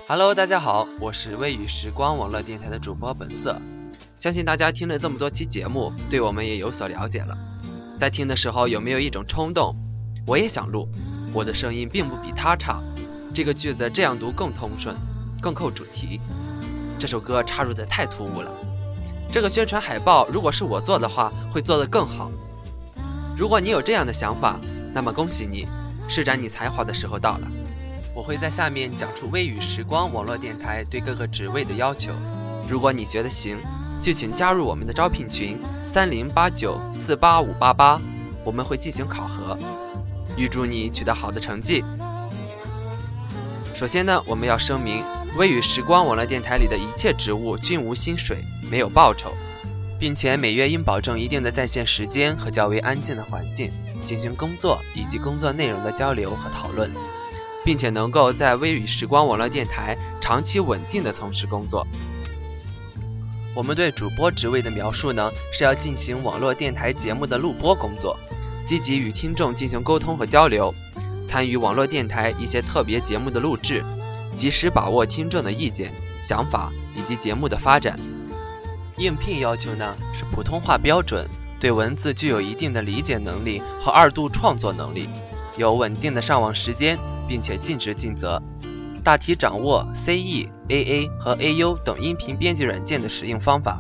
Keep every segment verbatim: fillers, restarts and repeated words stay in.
Hello， 大家好，我是微雨时光网络电台的主播本色。相信大家听了这么多期节目，对我们也有所了解了。在听的时候，有没有一种冲动，我也想录，我的声音并不比他差，这个句子这样读更通顺，更扣主题。这首歌插入的太突兀了，这个宣传海报如果是我做的话，会做得更好。如果你有这样的想法，那么恭喜你，施展你才华的时候到了。我会在下面讲出微雨时光网络电台对各个职位的要求，如果你觉得行，就请加入我们的招聘群三零八九四八五八八，我们会进行考核，预祝你取得好的成绩。首先呢，我们要声明，微雨时光网络电台里的一切职务均无薪水，没有报酬，并且每月应保证一定的在线时间和较为安静的环境，进行工作以及工作内容的交流和讨论，并且能够在微雨时光网络电台长期稳定的从事工作。我们对主播职位的描述呢，是要进行网络电台节目的录播工作，积极与听众进行沟通和交流，参与网络电台一些特别节目的录制，及时把握听众的意见、想法以及节目的发展。应聘要求呢，是普通话标准，对文字具有一定的理解能力和二度创作能力，有稳定的上网时间，并且尽职尽责，大体掌握 C E、A A 和 A U 等音频编辑软件的使用方法。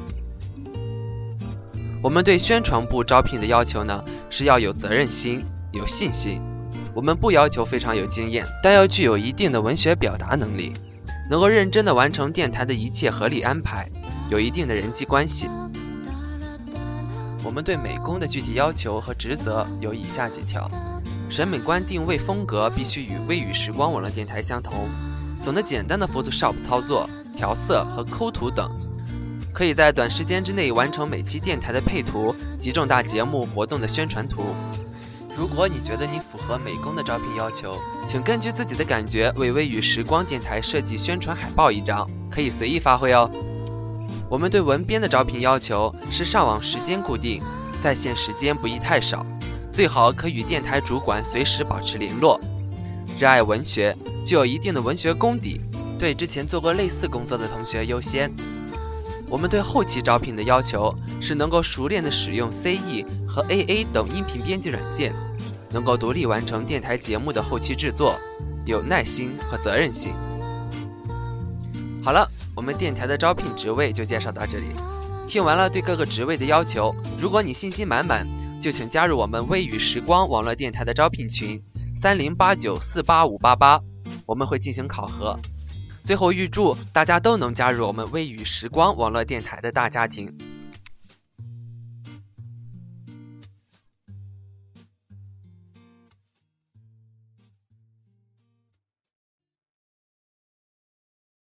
我们对宣传部招聘的要求呢，是要有责任心、有信心。我们不要求非常有经验，但要具有一定的文学表达能力，能够认真地完成电台的一切合理安排，有一定的人际关系。我们对美工的具体要求和职责有以下几条：审美观定位风格必须与微雨时光网络电台相同，懂得简单的 Photoshop 操作、调色和抠图等，可以在短时间之内完成每期电台的配图及重大节目活动的宣传图。如果你觉得你符合美工的招聘要求，请根据自己的感觉为微雨时光电台设计宣传海报一张，可以随意发挥哦。我们对文编的招聘要求是上网时间固定，在线时间不宜太少，最好可与电台主管随时保持联络，热爱文学，具有一定的文学功底，对之前做过类似工作的同学优先。我们对后期招聘的要求是能够熟练地使用 C E 和 A A 等音频编辑软件，能够独立完成电台节目的后期制作，有耐心和责任心。好了，我们电台的招聘职位就介绍到这里。听完了对各个职位的要求，如果你信心满满，就请加入我们微雨时光网络电台的招聘群三零八九四八五八八，我们会进行考核。最后预祝大家都能加入我们微雨时光网络电台的大家庭。